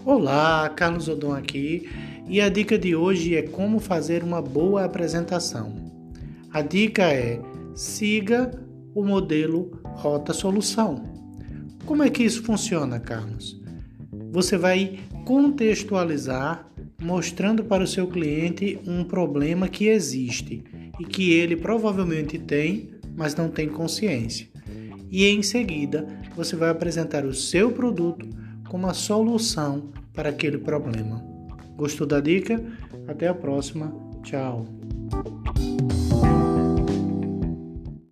Olá, Carlos Odon aqui, e a dica de hoje é como fazer uma boa apresentação. A dica é: siga o modelo Rota-Solução. Como é que isso funciona, Carlos? Você vai contextualizar, mostrando para o seu cliente um problema que existe e que ele provavelmente tem, mas não tem consciência. E em seguida, você vai apresentar o seu produto como a solução para aquele problema. Gostou da dica? Até a próxima. Tchau.